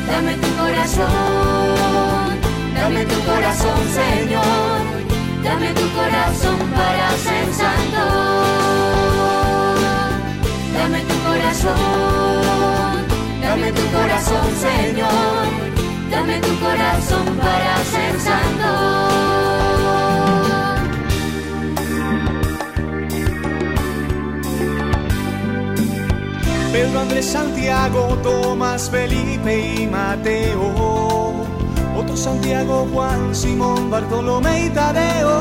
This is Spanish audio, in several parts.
Dame tu corazón, Señor. Dame tu corazón para ser santo. Dame tu corazón, Señor. Dame tu corazón para ser santo. Pedro, Andrés, Santiago, Tomás, Felipe y Mateo. Otro Santiago, Juan, Simón, Bartolomé y Tadeo.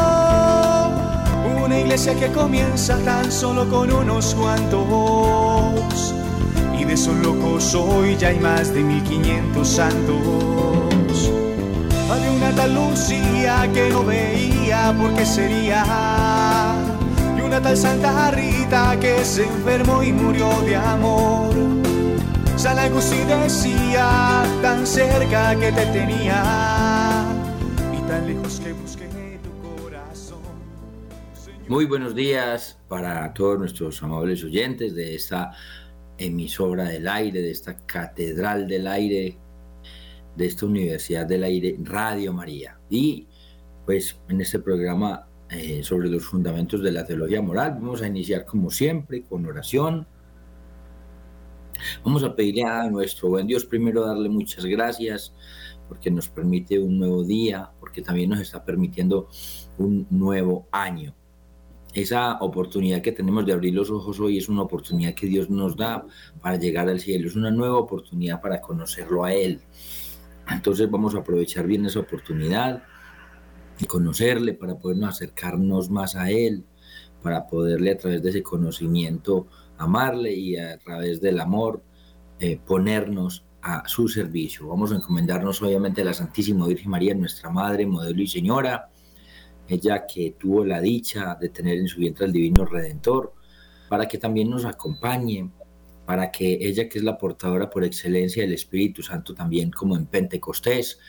Una iglesia que comienza tan solo con unos cuantos. Y de esos locos hoy ya hay más de 1500 santos. Había una tal Lucía que no veía por qué sería. Y una tal Santa Rita que se enfermó y murió de amor. San Agustín decía, tan cerca que te tenía y tan lejos que busqué tu corazón. Señor. Muy buenos días para todos nuestros amables oyentes de esta emisora del aire, de esta catedral del aire, de esta Universidad del Aire, Radio María. Y pues en este programa sobre los fundamentos de la teología moral vamos a iniciar como siempre con oración. Vamos a pedirle a nuestro buen Dios primero darle muchas gracias porque nos permite un nuevo día, porque también nos está permitiendo un nuevo año. Esa oportunidad que tenemos de abrir los ojos hoy es una oportunidad que Dios nos da para llegar al cielo, es una nueva oportunidad para conocerlo a Él. Entonces vamos a aprovechar bien esa oportunidad y conocerle para podernos acercarnos más a Él, para poderle a través de ese conocimiento amarle y a través del amor ponernos a su servicio. Vamos a encomendarnos obviamente a la Santísima Virgen María, nuestra Madre, modelo y Señora, ella que tuvo la dicha de tener en su vientre al Divino Redentor, para que también nos acompañe, para que ella, que es la portadora por excelencia del Espíritu Santo, también como en Pentecostés,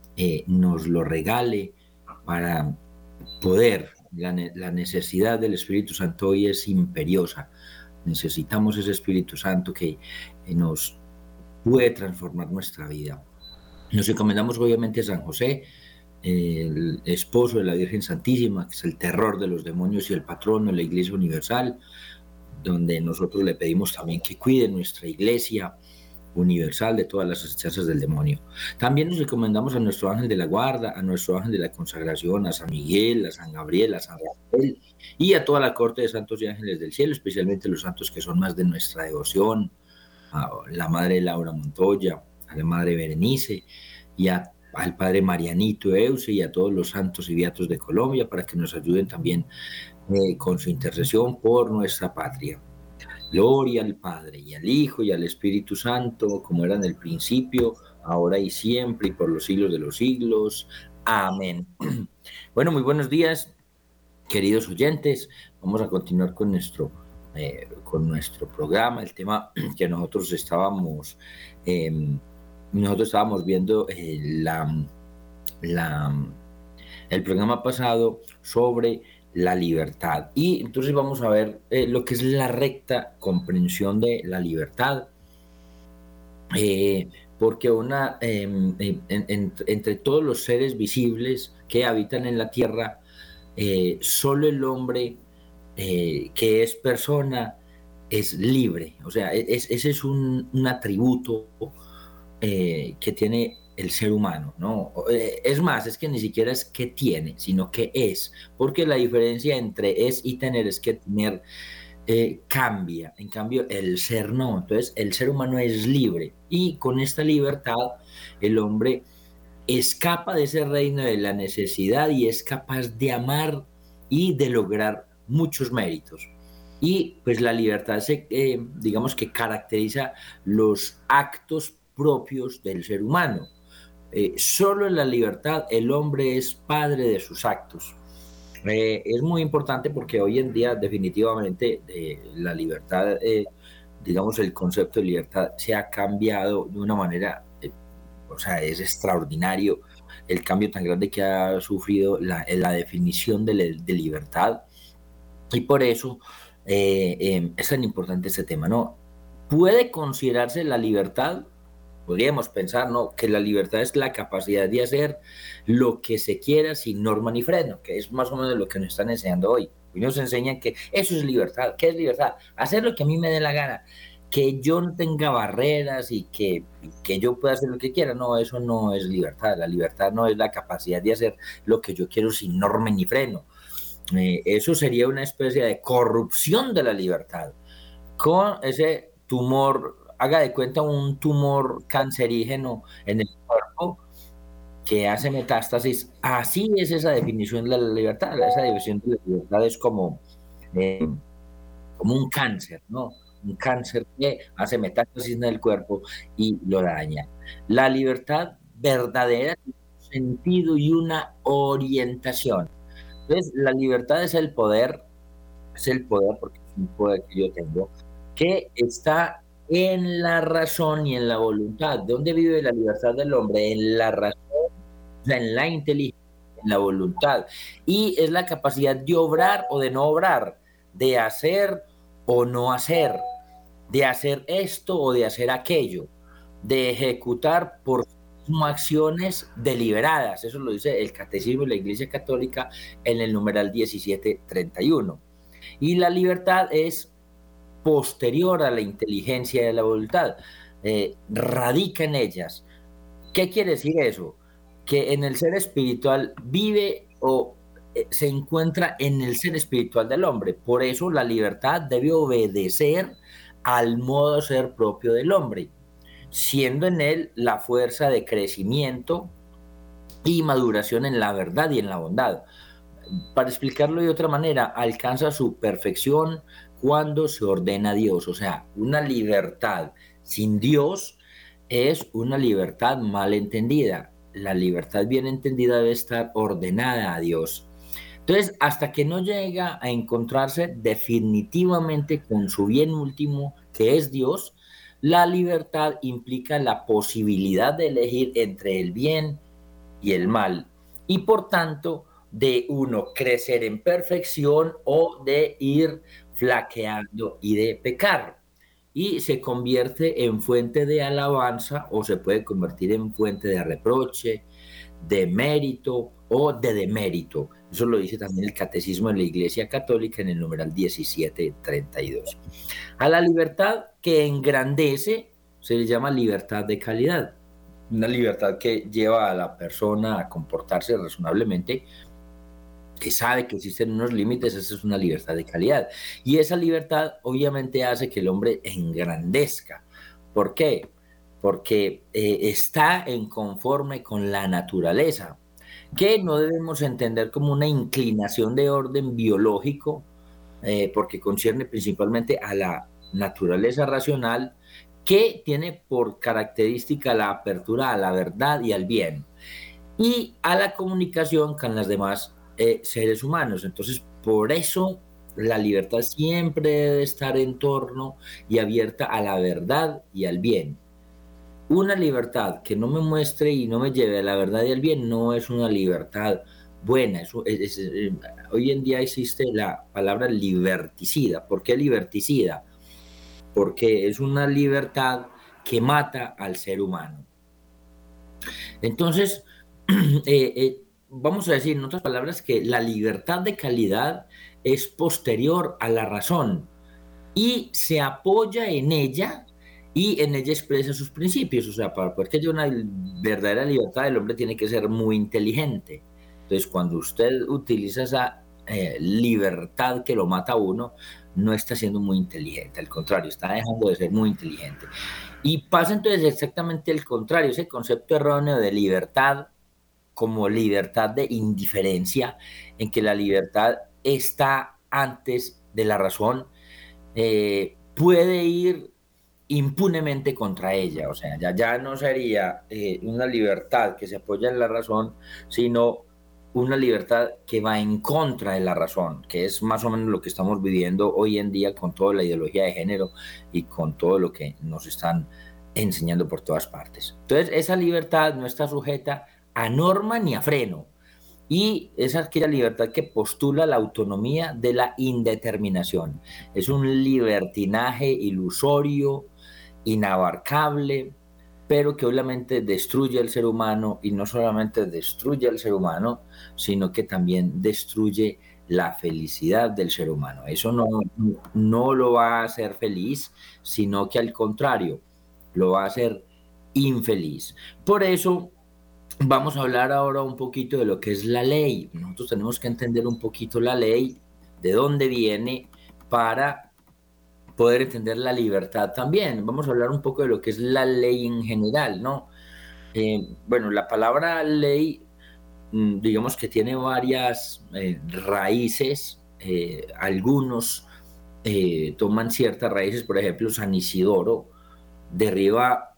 nos lo regale para poder. La necesidad del Espíritu Santo hoy es imperiosa. Necesitamos ese Espíritu Santo que nos puede transformar nuestra vida. Nos encomendamos obviamente a San José, el esposo de la Virgen Santísima, que es el terror de los demonios y el patrono de la Iglesia Universal, donde nosotros le pedimos también que cuide nuestra Iglesia Universal de todas las acechanzas del demonio. También nos encomendamos a nuestro ángel de la guarda, a nuestro ángel de la consagración, a San Miguel, a San Gabriel, a San Rafael y a toda la corte de santos y ángeles del cielo, especialmente los santos que son más de nuestra devoción, a la Madre Laura Montoya, a la Madre Berenice y al Padre Marianito Euse y a todos los santos y beatos de Colombia, para que nos ayuden también con su intercesión por nuestra patria. Gloria al Padre, y al Hijo, y al Espíritu Santo, como era en el principio, ahora y siempre, y por los siglos de los siglos. Amén. Bueno, muy buenos días, queridos oyentes. Vamos a continuar con nuestro programa. El tema que nosotros estábamos viendo el programa pasado sobre la libertad. Y entonces vamos a ver lo que es la recta comprensión de la libertad, porque entre todos los seres visibles que habitan en la tierra, solo el hombre que es persona es libre. O sea, ese es un atributo que tiene el ser humano, ¿no? Es más, es que ni siquiera es que tiene, sino que es, porque la diferencia entre es y tener es que tener cambia, en cambio el ser no. Entonces el ser humano es libre y con esta libertad el hombre escapa de ese reino de la necesidad y es capaz de amar y de lograr muchos méritos. Y pues la libertad digamos que caracteriza los actos propios del ser humano. Solo en la libertad el hombre es padre de sus actos. Es muy importante porque hoy en día definitivamente la libertad, digamos el concepto de libertad se ha cambiado de una manera, o sea, es extraordinario el cambio tan grande que ha sufrido la definición de libertad, y por eso es tan importante este tema, ¿no? ¿Puede considerarse la libertad podríamos pensar, ¿no?, que la libertad es la capacidad de hacer lo que se quiera sin norma ni freno, que es más o menos lo que nos están enseñando hoy. Hoy nos enseñan que eso es libertad. ¿Qué es libertad? Hacer lo que a mí me dé la gana, que yo no tenga barreras y que yo pueda hacer lo que quiera. No, eso no es libertad. La libertad no es la capacidad de hacer lo que yo quiero sin norma ni freno. Eso sería una especie de corrupción de la libertad. Con ese tumor, haga de cuenta un tumor cancerígeno en el cuerpo que hace metástasis. Así es esa definición de la libertad. Esa definición de la libertad es eh, como un cáncer, ¿no? Un cáncer que hace metástasis en el cuerpo y lo daña. La libertad verdadera tiene un sentido y una orientación. Entonces, la libertad es el poder, porque es un poder que yo tengo, que está en la razón y en la voluntad. ¿Dónde vive la libertad del hombre? En la razón, o sea, en la inteligencia, en la voluntad. Y es la capacidad de obrar o de no obrar, de hacer o no hacer, de hacer esto o de hacer aquello, de ejecutar por sí mismo acciones deliberadas. Eso lo dice el Catecismo de la Iglesia Católica en el numeral 1731. Y la libertad es posterior a la inteligencia y a la voluntad, radica en ellas. ¿Qué quiere decir eso? Que en el ser espiritual vive o se encuentra en el ser espiritual del hombre. Por eso la libertad debe obedecer al modo de ser propio del hombre, siendo en él la fuerza de crecimiento y maduración en la verdad y en la bondad. Para explicarlo de otra manera, alcanza su perfección cuando se ordena a Dios. O sea, una libertad sin Dios es una libertad mal entendida. La libertad bien entendida debe estar ordenada a Dios. Entonces, hasta que no llega a encontrarse definitivamente con su bien último, que es Dios, la libertad implica la posibilidad de elegir entre el bien y el mal, y por tanto de uno crecer en perfección o de ir flaqueando y de pecar. Y se convierte en fuente de alabanza o se puede convertir en fuente de reproche, de mérito o de demérito. Eso lo dice también el Catecismo de la Iglesia Católica en el numeral 1732. A la libertad que engrandece se le llama libertad de calidad. Una libertad que lleva a la persona a comportarse razonablemente, que sabe que existen unos límites. Esa es una libertad de calidad. Y esa libertad obviamente hace que el hombre engrandezca. ¿Por qué? Porque está en conforme con la naturaleza, que no debemos entender como una inclinación de orden biológico, porque concierne principalmente a la naturaleza racional, que tiene por característica la apertura a la verdad y al bien, y a la comunicación con los demás seres humanos. Entonces, por eso la libertad siempre debe estar en torno y abierta a la verdad y al bien. Una libertad que no me muestre y no me lleve a la verdad y al bien no es una libertad buena. Hoy en día existe la palabra liberticida. ¿Por qué liberticida? Porque es una libertad que mata al ser humano. Entonces, vamos a decir en otras palabras que la libertad de calidad es posterior a la razón y se apoya en ella y en ella expresa sus principios. O sea, para poder que haya una verdadera libertad, el hombre tiene que ser muy inteligente. Entonces, cuando usted utiliza esa libertad que lo mata a uno, no está siendo muy inteligente, al contrario, está dejando de ser muy inteligente. Y pasa entonces exactamente el contrario, ese concepto erróneo de libertad como libertad de indiferencia, en que la libertad está antes de la razón, puede ir impunemente contra ella. O sea, ya no sería una libertad que se apoya en la razón, sino una libertad que va en contra de la razón, que es más o menos lo que estamos viviendo hoy en día con toda la ideología de género y con todo lo que nos están enseñando por todas partes. Entonces, esa libertad no está sujeta a norma ni a freno, y es aquella libertad que postula la autonomía de la indeterminación. Es un libertinaje ilusorio, inabarcable, pero que obviamente destruye al ser humano, y no solamente destruye al ser humano, sino que también destruye la felicidad del ser humano. Eso no lo va a hacer feliz, sino que al contrario, lo va a hacer infeliz. Por eso vamos a hablar ahora un poquito de lo que es la ley. Nosotros tenemos que entender un poquito la ley, de dónde viene, para poder entender la libertad también. Vamos a hablar un poco de lo que es la ley en general, ¿no? Bueno, la palabra ley, digamos que tiene varias raíces. Algunos toman ciertas raíces, por ejemplo, San Isidoro deriva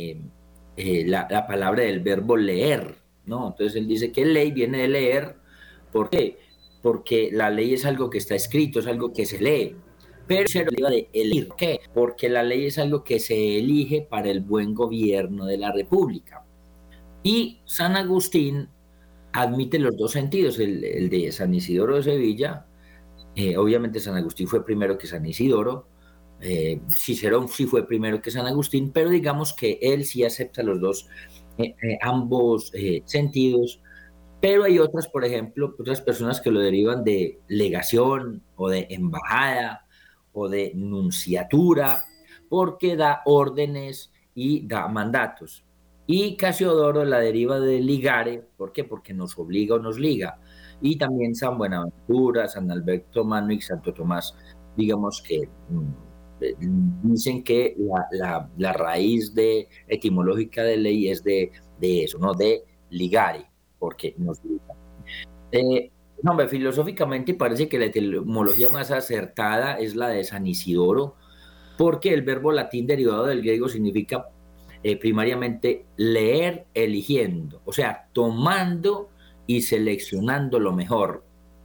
la palabra del verbo leer, ¿no? Entonces él dice que ley viene de leer. ¿Por qué? Porque la ley es algo que está escrito, es algo que se lee. Pero se deriva de elegir. ¿Por qué? Porque la ley es algo que se elige para el buen gobierno de la República. Y San Agustín admite los dos sentidos, el de San Isidoro de Sevilla. Obviamente San Agustín fue primero que San Isidoro. Cicerón sí fue primero que San Agustín, pero digamos que él sí acepta los dos, ambos sentidos. Pero hay otras, por ejemplo, otras personas que lo derivan de legación o de embajada o de nunciatura, porque da órdenes y da mandatos. Y Casiodoro la deriva de ligare. ¿Por qué? Porque nos obliga o nos liga. Y también San Buenaventura, San Alberto Magno y Santo Tomás, digamos que dicen que la raíz etimológica de ley es de eso, ¿no? De ligare, porque nos liga. No, hombre, filosóficamente parece que la etimología más acertada es la de San Isidoro, porque el verbo latín derivado del griego significa primariamente leer eligiendo, o sea, tomando y seleccionando lo mejor.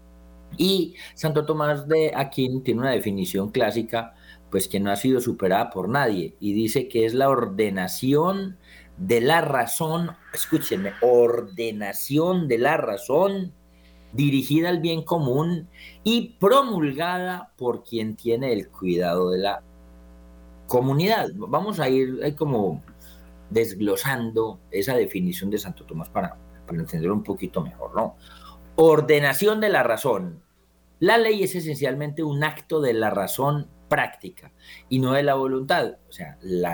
Y Santo Tomás de Aquino tiene una definición clásica, pues que no ha sido superada por nadie, y dice que es la ordenación de la razón, escúchenme, ordenación de la razón dirigida al bien común y promulgada por quien tiene el cuidado de la comunidad. Vamos a ir como desglosando esa definición de Santo Tomás para entender un poquito mejor, ¿no? Ordenación de la razón. La ley es esencialmente un acto de la razón práctica y no de la voluntad. O sea, la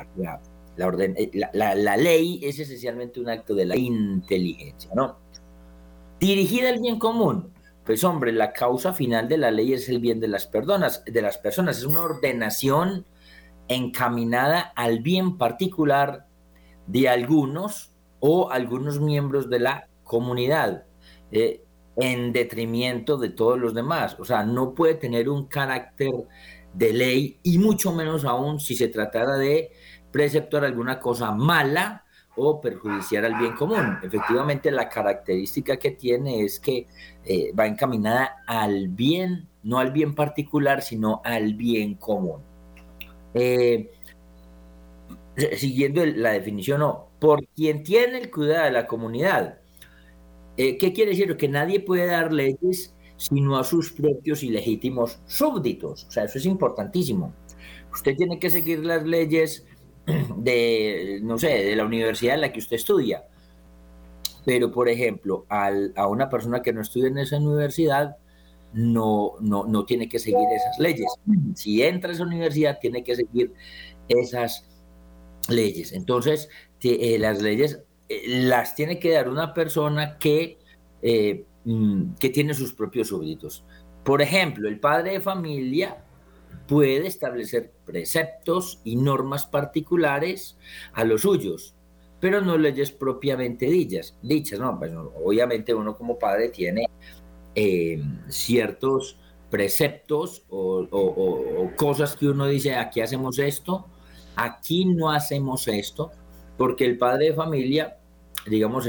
ley es esencialmente un acto de la inteligencia, ¿no? Dirigida al bien común. Pues hombre, la causa final de la ley es el bien de las personas. Es una ordenación encaminada al bien particular de algunos o algunos miembros de la comunidad, en detrimento de todos los demás. O sea, no puede tener un carácter de ley, y mucho menos aún si se tratara de preceptuar alguna cosa mala o perjudiciar al bien común. Efectivamente, la característica que tiene es que va encaminada al bien, no al bien particular, sino al bien común. Siguiendo la definición, no, por quien tiene el cuidado de la comunidad. ¿Qué quiere decir? Que nadie puede dar leyes sino a sus propios y legítimos súbditos. O sea, eso es importantísimo. Usted tiene que seguir las leyes de, no sé, de la universidad en la que usted estudia. Pero, por ejemplo, a una persona que no estudia en esa universidad, no tiene que seguir esas leyes. Si entra a esa universidad, tiene que seguir esas leyes. Entonces, las leyes las tiene que dar una persona que tiene sus propios súbditos. Por ejemplo, el padre de familia puede establecer preceptos y normas particulares a los suyos, pero no leyes propiamente dichas, ¿no? Pues, obviamente uno como padre tiene ciertos preceptos o cosas que uno dice: aquí hacemos esto, aquí no hacemos esto, porque el padre de familia, digamos,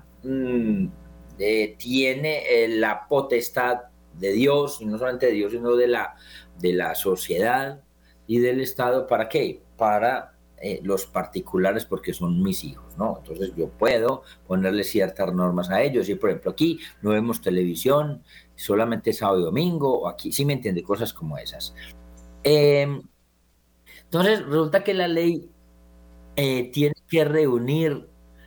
tiene la potestad de Dios, y no solamente de Dios, sino de la sociedad y del Estado. ¿Para qué? Para los particulares, porque son mis hijos, ¿no? Entonces yo puedo ponerle ciertas normas a ellos. Y por ejemplo, aquí no vemos televisión, solamente sábado y domingo, o aquí, ¿sí me entiende? Cosas como esas. Entonces resulta que la ley tiene que reunir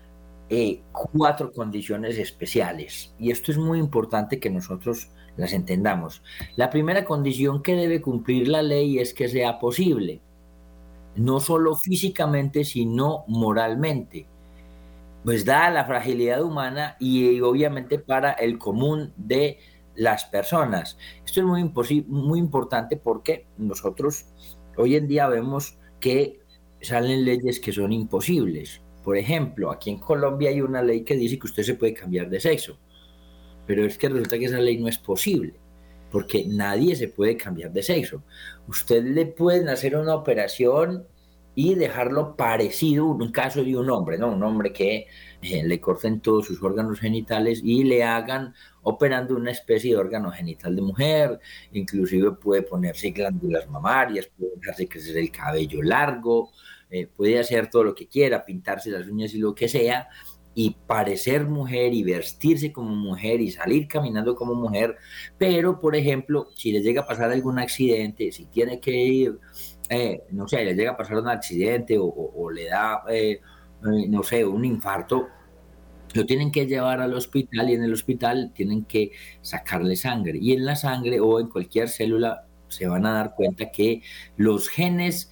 4 condiciones especiales. Y esto es muy importante que nosotros las entendamos. La primera condición que debe cumplir la ley es que sea posible, no solo físicamente, sino moralmente. Pues dada la fragilidad humana y obviamente para el común de las personas. Esto es muy importante porque nosotros hoy en día vemos que salen leyes que son imposibles. Por ejemplo, aquí en Colombia hay una ley que dice que usted se puede cambiar de sexo, pero es que resulta que esa ley no es posible, porque nadie se puede cambiar de sexo. Usted le pueden hacer una operación y dejarlo parecido, un caso de un hombre, ¿no? Un hombre que le corten todos sus órganos genitales y le hagan operando una especie de órgano genital de mujer, inclusive puede ponerse glándulas mamarias, puede dejarse crecer el cabello largo, puede hacer todo lo que quiera, pintarse las uñas y lo que sea, y parecer mujer y vestirse como mujer y salir caminando como mujer, pero por ejemplo, si le llega a pasar algún accidente, si tiene que ir, no sé, le llega a pasar un accidente o le da, no sé, un infarto, lo tienen que llevar al hospital y en el hospital tienen que sacarle sangre. Y en la sangre o en cualquier célula se van a dar cuenta que los genes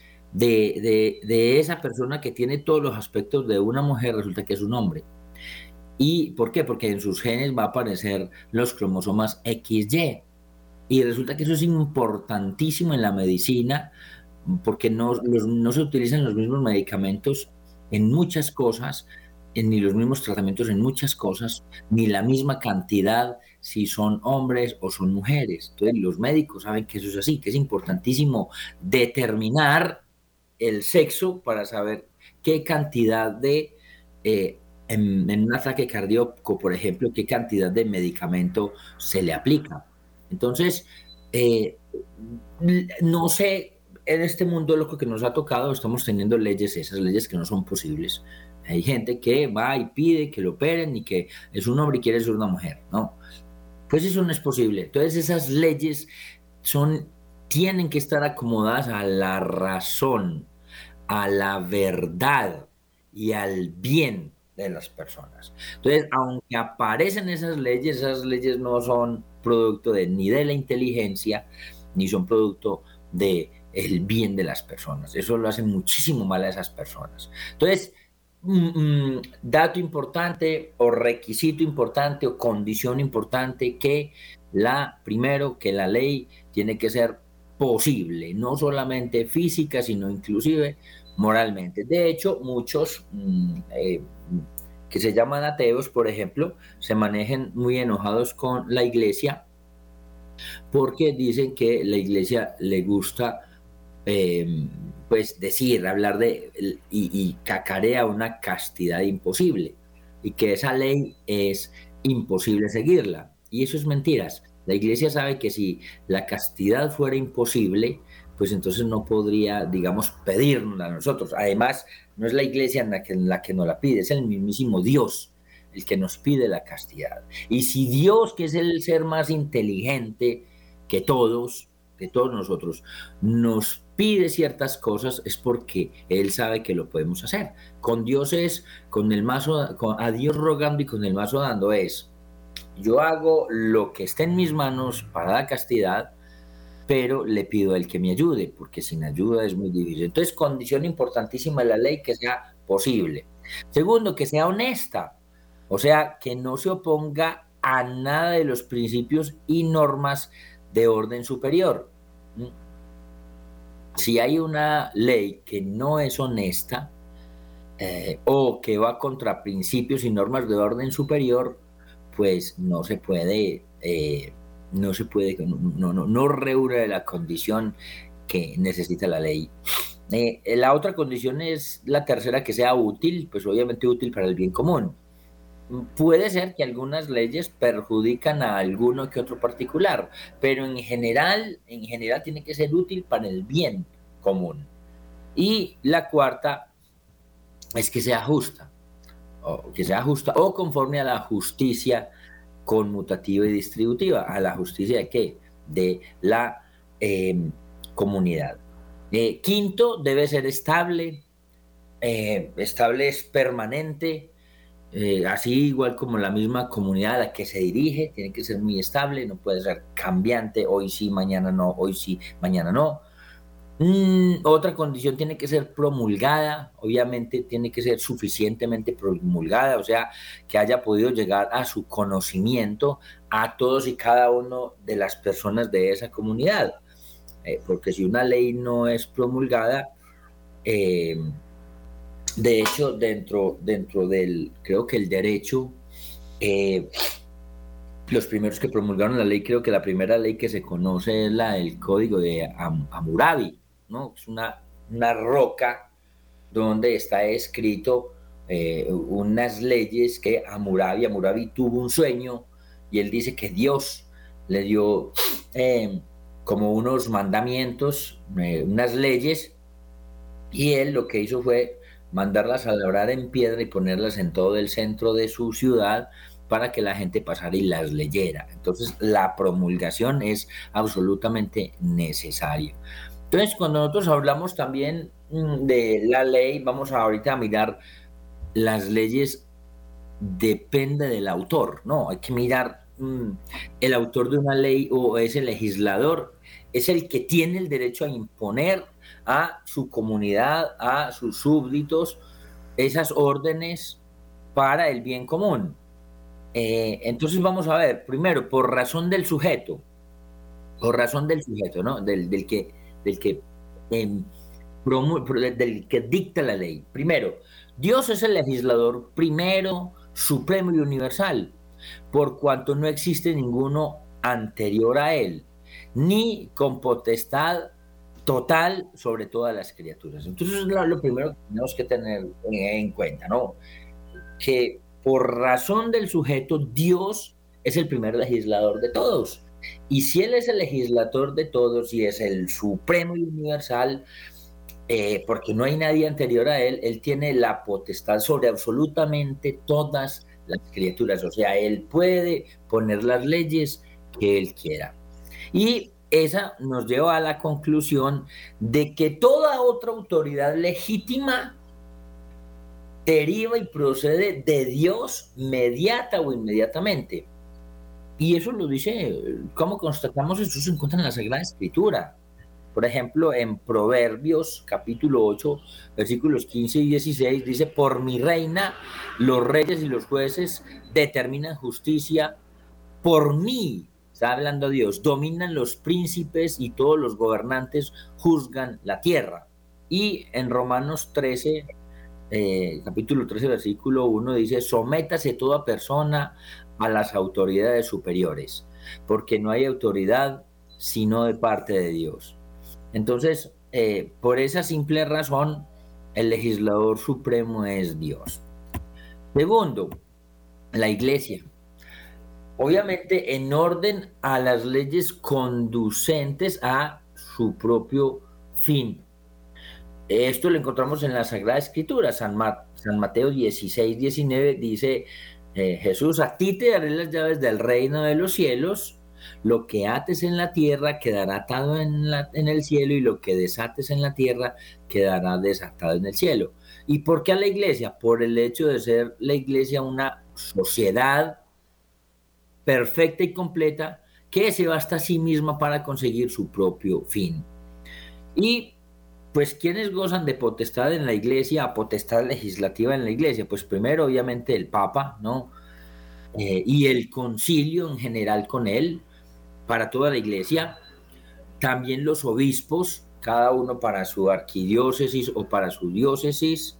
de esa persona que tiene todos los aspectos de una mujer resulta que es un hombre. ¿Y por qué? Porque en sus genes va a aparecer los cromosomas XY. Y resulta que eso es importantísimo en la medicina porque no se utilizan los mismos medicamentos en muchas cosas, ni los mismos tratamientos en muchas cosas, ni la misma cantidad si son hombres o son mujeres. Entonces los médicos saben que eso es así, que es importantísimo determinar el sexo para saber qué cantidad de, en un ataque cardíaco, por ejemplo, qué cantidad de medicamento se le aplica. Entonces, eh, no sé, en este mundo loco que nos ha tocado, estamos teniendo leyes, esas leyes que no son posibles. Hay gente que va y pide que lo operen y que es un hombre y quiere ser una mujer, ¿no? Pues eso no es posible. Entonces esas leyes son, tienen que estar acomodadas a la razón, a la verdad y al bien de las personas. Entonces, aunque aparecen esas leyes no son producto de, ni de la inteligencia, ni son producto de el bien de las personas. Eso lo hace muchísimo mal a esas personas. Entonces, dato importante o requisito importante o condición importante que primero que la ley tiene que ser posible, no solamente física, sino inclusive moralmente. De hecho, muchos que se llaman ateos, por ejemplo, se manejan muy enojados con la iglesia porque dicen que la iglesia le gusta pues decir, hablar de y cacarea una castidad imposible y que esa ley es imposible seguirla. Y eso es mentiras. La iglesia sabe que si la castidad fuera imposible, pues entonces no podría, digamos, pedirnos a nosotros. Además, no es la iglesia en la que nos la pide, es el mismísimo Dios el que nos pide la castidad. Y si Dios, que es el ser más inteligente que todos nosotros, nos pide ciertas cosas, es porque Él sabe que lo podemos hacer. Con Dios es, con el mazo, a Dios rogando y con el mazo dando es, yo hago lo que esté en mis manos para la castidad, pero le pido a Él que me ayude, porque sin ayuda es muy difícil. Entonces, condición importantísima de la ley, que sea posible. Segundo, que sea honesta, o sea, que no se oponga a nada de los principios y normas de orden superior. Si hay una ley que no es honesta o que va contra principios y normas de orden superior, pues no se puede, no reúne la condición que necesita la ley. La otra condición es la tercera, que sea útil, pues obviamente útil para el bien común. Puede ser que algunas leyes perjudican a alguno que otro particular, pero en general tiene que ser útil para el bien común. Y la cuarta es que sea justa o conforme a la justicia conmutativa y distributiva. ¿A la justicia de qué? De la comunidad. Quinto, debe ser estable. estable es permanente, así igual como la misma comunidad a la que se dirige, tiene que ser muy estable, no puede ser cambiante, hoy sí, mañana no, hoy sí, mañana no. Otra condición tiene que ser promulgada, obviamente tiene que ser suficientemente promulgada, o sea, que haya podido llegar a su conocimiento a todos y cada uno de las personas de esa comunidad. Porque si una ley no es promulgada, eh, de hecho, dentro del, creo que el derecho, eh, los primeros que promulgaron la ley, creo que la primera ley que se conoce es la del Código de Hammurabi, ¿no? Es una roca donde está escrito unas leyes que Hammurabi tuvo un sueño y él dice que Dios le dio como unos mandamientos, unas leyes, y él lo que hizo fue mandarlas a labrar en piedra y ponerlas en todo el centro de su ciudad para que la gente pasara y las leyera. Entonces, la promulgación es absolutamente necesaria. Entonces, cuando nosotros hablamos también de la ley, vamos ahorita a mirar las leyes, depende del autor, ¿no? Hay que mirar el autor de una ley o ese legislador, es el que tiene el derecho a imponer a su comunidad, a sus súbditos, esas órdenes para el bien común. Entonces vamos a ver, primero, por razón del sujeto, ¿no? Del que em, del que dicta la ley. Primero, Dios es el legislador primero, supremo y universal, por cuanto no existe ninguno anterior a él, ni con potestad total sobre todas las criaturas. Entonces, es lo primero que tenemos que tener en cuenta, ¿no? Que por razón del sujeto, Dios es el primer legislador de todos. Y si Él es el legislador de todos y es el supremo y universal, porque no hay nadie anterior a Él, Él tiene la potestad sobre absolutamente todas las criaturas. O sea, Él puede poner las leyes que Él quiera. Y esa nos lleva a la conclusión de que toda otra autoridad legítima deriva y procede de Dios mediata o inmediatamente. Y eso lo dice, ¿cómo constatamos eso? Se encuentra en la Sagrada Escritura. Por ejemplo, en Proverbios capítulo 8, versículos 15 y 16, dice, por mi reina, los reyes y los jueces determinan justicia por mí. Está hablando Dios, dominan los príncipes y todos los gobernantes juzgan la tierra. Y en Romanos 13, capítulo 13, versículo 1 dice, sométase toda persona a las autoridades superiores, porque no hay autoridad sino de parte de Dios. Entonces, por esa simple razón, el legislador supremo es Dios. Segundo, la iglesia. Obviamente, en orden a las leyes conducentes a su propio fin. Esto lo encontramos en la Sagrada Escritura. San Mateo 16, 19 dice, Jesús, a ti te daré las llaves del reino de los cielos. Lo que ates en la tierra quedará atado en el cielo, y lo que desates en la tierra quedará desatado en el cielo. ¿Y por qué a la iglesia? Por el hecho de ser la iglesia una sociedad perfecta y completa que se basta a sí misma para conseguir su propio fin. Y pues, ¿quiénes gozan de potestad en la iglesia, potestad legislativa en la iglesia? Pues primero, obviamente, el Papa, ¿no? Y el concilio en general con él, para toda la iglesia. También los obispos, cada uno para su arquidiócesis o para su diócesis.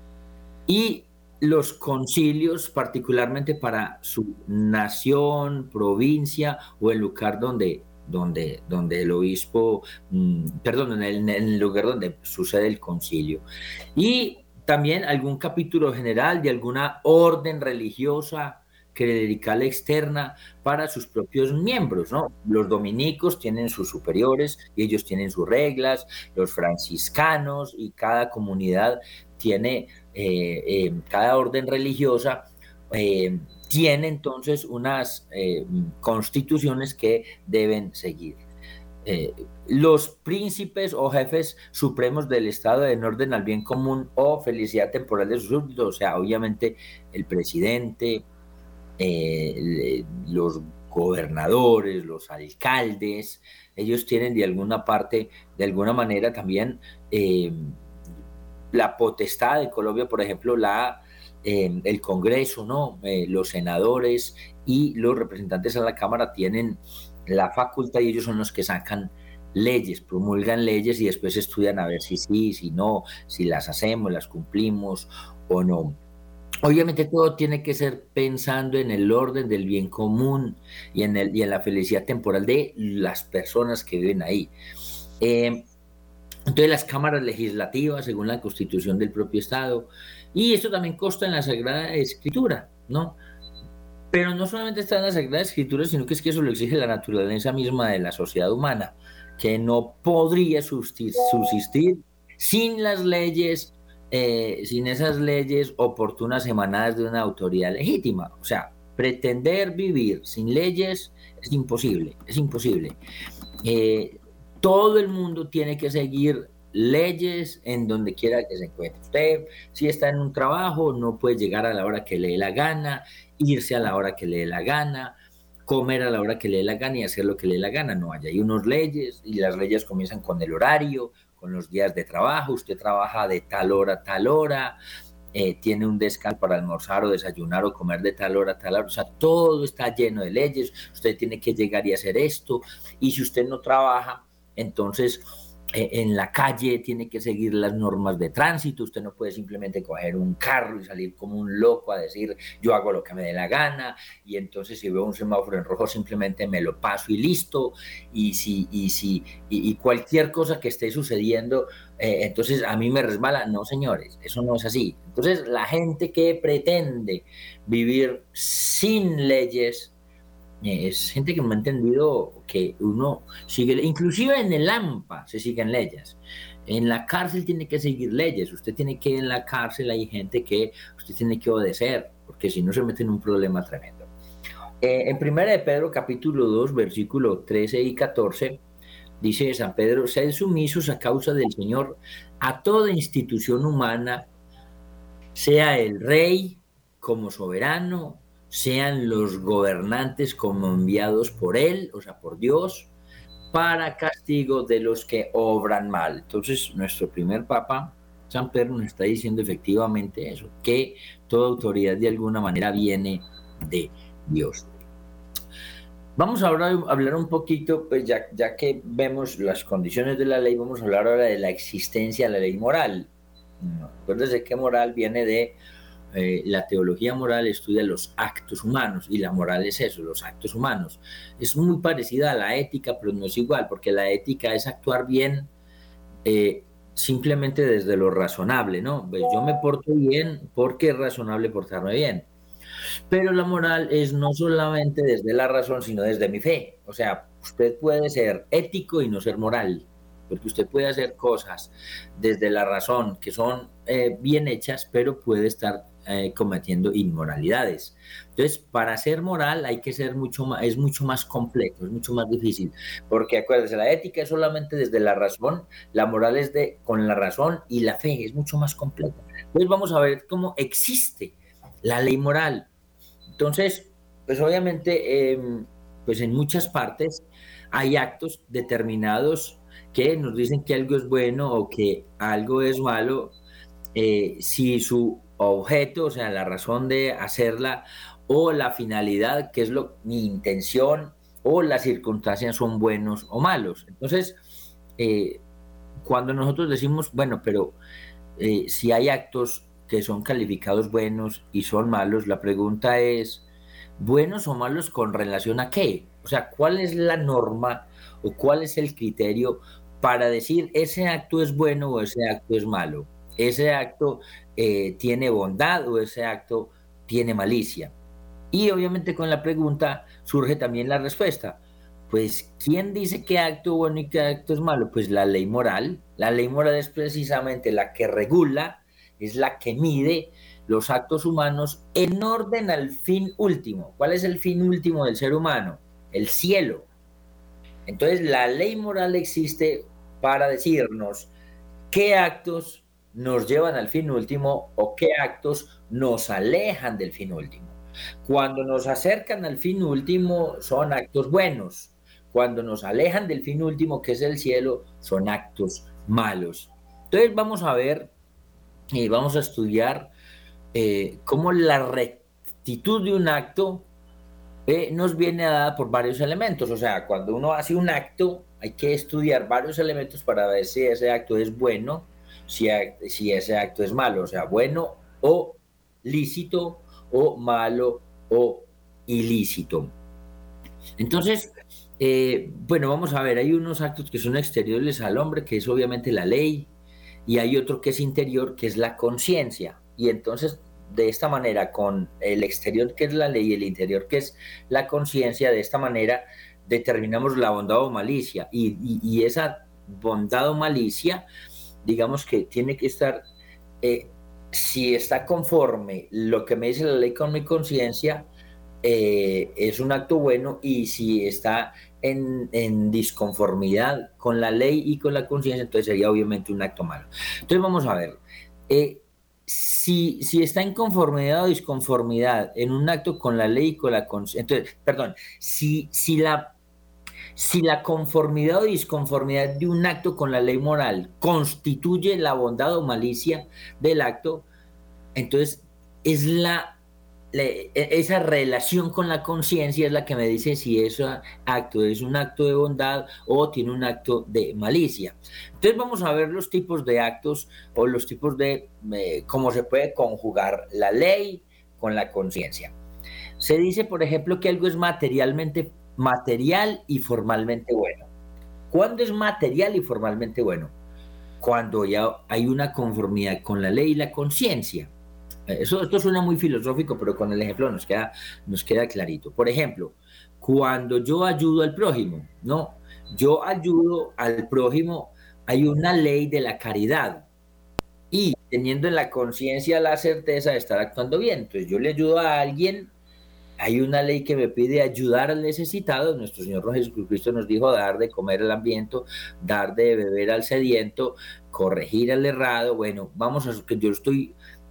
Y los concilios, particularmente para su nación, provincia o el lugar donde el obispo, perdón, en el lugar donde sucede el concilio. Y también algún capítulo general de alguna orden religiosa, clerical externa para sus propios miembros, ¿no? Los dominicos tienen sus superiores y ellos tienen sus reglas, los franciscanos, y cada comunidad tiene, cada orden religiosa tiene entonces unas constituciones que deben seguir. eh, los príncipes o jefes supremos del Estado en orden al bien común o felicidad temporal de sus súbditos, o sea, obviamente el presidente, los gobernadores, los alcaldes, ellos tienen de alguna parte, de alguna manera también la potestad de Colombia, por ejemplo, el Congreso, ¿no? Los senadores y los representantes a la Cámara tienen la facultad y ellos son los que sacan leyes, promulgan leyes y después estudian a ver si sí, si no, si las hacemos, las cumplimos o no. Obviamente todo tiene que ser pensando en el orden del bien común y en la felicidad temporal de las personas que viven ahí. Eh, entonces las cámaras legislativas, según la constitución del propio Estado, y esto también consta en la Sagrada Escritura, ¿no? Pero no solamente está en la Sagrada Escritura, sino que es que eso lo exige la naturaleza misma de la sociedad humana, que no podría subsistir sin las leyes, sin esas leyes oportunas emanadas de una autoridad legítima. O sea, pretender vivir sin leyes es imposible, es imposible. Eh, Todo el mundo tiene que seguir leyes en donde quiera que se encuentre. Usted, si está en un trabajo, no puede llegar a la hora que le dé la gana, irse a la hora que le dé la gana, comer a la hora que le dé la gana y hacer lo que le dé la gana. No, hay unas leyes y las leyes comienzan con el horario, con los días de trabajo. Usted trabaja de tal hora a tal hora, tiene un descanso para almorzar o desayunar o comer de tal hora a tal hora. O sea, todo está lleno de leyes. Usted tiene que llegar y hacer esto. Y si usted no trabaja, entonces en la calle tiene que seguir las normas de tránsito. Usted no puede simplemente coger un carro y salir como un loco a decir yo hago lo que me dé la gana y entonces si veo un semáforo en rojo simplemente me lo paso y listo. Y cualquier cosa que esté sucediendo, entonces a mí me resbala. No, señores, eso no es así. Entonces la gente que pretende vivir sin leyes es gente que no ha entendido que uno sigue, inclusive en el AMPA se siguen leyes. En la cárcel tiene que seguir leyes. Usted tiene que, en la cárcel hay gente que usted tiene que obedecer, porque si no se mete en un problema tremendo. En Primera de Pedro, capítulo 2, versículo 13 y 14, dice San Pedro, sed sumisos a causa del Señor a toda institución humana, sea el rey como soberano, sean los gobernantes como enviados por él, o sea, por Dios, para castigo de los que obran mal. Entonces, nuestro primer papa, San Pedro, nos está diciendo efectivamente eso, que toda autoridad de alguna manera viene de Dios. Vamos ahora a hablar un poquito, pues ya que vemos las condiciones de la ley, vamos a hablar ahora de la existencia de la ley moral. Acuérdense que moral viene de la teología moral, estudia los actos humanos y la moral es eso, los actos humanos. Es muy parecida a la ética, pero no es igual, porque la ética es actuar bien simplemente desde lo razonable, ¿no? Pues yo me porto bien porque es razonable portarme bien. Pero la moral es no solamente desde la razón, sino desde mi fe. O sea, usted puede ser ético y no ser moral, porque usted puede hacer cosas desde la razón que son bien hechas, pero puede estar cometiendo inmoralidades. Entonces, para ser moral hay que ser mucho más, es mucho más complejo, es mucho más difícil, porque acuérdense, la ética es solamente desde la razón, la moral es con la razón y la fe, es mucho más complejo. Entonces, vamos a ver cómo existe la ley moral. Entonces, pues obviamente, pues en muchas partes hay actos determinados que nos dicen que algo es bueno o que algo es malo, si su objeto, o sea, la razón de hacerla o la finalidad, que es mi intención o las circunstancias son buenos o malos. Entonces, cuando nosotros decimos, bueno, pero si hay actos que son calificados buenos y son malos, la pregunta es, ¿buenos o malos con relación a qué? O sea, ¿cuál es la norma o cuál es el criterio para decir ese acto es bueno o ese acto es malo? ¿Ese acto tiene bondad o ese acto tiene malicia? Y obviamente con la pregunta surge también la respuesta. Pues, ¿quién dice qué acto bueno y qué acto es malo? Pues la ley moral. La ley moral es precisamente la que regula, es la que mide los actos humanos en orden al fin último. ¿Cuál es el fin último del ser humano? El cielo. Entonces, la ley moral existe para decirnos qué actos nos llevan al fin último o qué actos nos alejan del fin último. Cuando nos acercan al fin último son actos buenos. Cuando nos alejan del fin último, que es el cielo, son actos malos. Entonces vamos a ver y vamos a estudiar cómo la rectitud de un acto nos viene dada por varios elementos. O sea, cuando uno hace un acto, hay que estudiar varios elementos para ver si ese acto es bueno, si ese acto es malo. O sea, bueno o lícito o malo o ilícito. Entonces, bueno, vamos a ver, hay unos actos que son exteriores al hombre, que es obviamente la ley, y hay otro que es interior, que es la conciencia. Y entonces, de esta manera, con el exterior, que es la ley, y el interior, que es la conciencia, de esta manera determinamos la bondad o malicia. Y esa bondad o malicia, digamos que tiene que estar, si está conforme lo que me dice la ley con mi conciencia, es un acto bueno, y si está en disconformidad con la ley y con la conciencia, entonces sería obviamente un acto malo. Entonces vamos a ver, si está en conformidad o disconformidad en un acto con la ley y con la conciencia, entonces, perdón, si la conformidad o disconformidad de un acto con la ley moral constituye la bondad o malicia del acto, entonces es esa relación con la conciencia es la que me dice si ese acto es un acto de bondad o tiene un acto de malicia. Entonces vamos a ver los tipos de actos o los tipos de cómo se puede conjugar la ley con la conciencia. Se dice, por ejemplo, que algo es material y formalmente bueno. ¿Cuándo es material y formalmente bueno? Cuando ya hay una conformidad con la ley y la conciencia. Esto suena muy filosófico, pero con el ejemplo nos queda clarito. Por ejemplo, cuando yo ayudo al prójimo, ¿no? Yo ayudo al prójimo, hay una ley de la caridad, y teniendo en la conciencia la certeza de estar actuando bien. Entonces yo le ayudo a alguien, hay una ley que me pide ayudar al necesitado. Nuestro Señor Jesucristo nos dijo dar de comer al hambriento, dar de beber al sediento, corregir al errado. Bueno, vamos a que yo estoy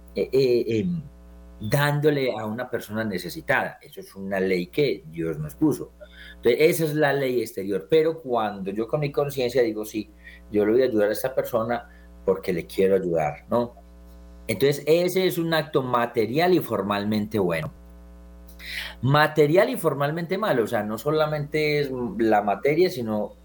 dándole a una persona necesitada. Eso es una ley que Dios nos puso. Entonces, esa es la ley exterior. Pero cuando yo con mi conciencia digo, sí, yo le voy a ayudar a esta persona porque le quiero ayudar, ¿no? Entonces, ese es un acto material y formalmente bueno. Material y formalmente malo, o sea, no solamente es la materia, sino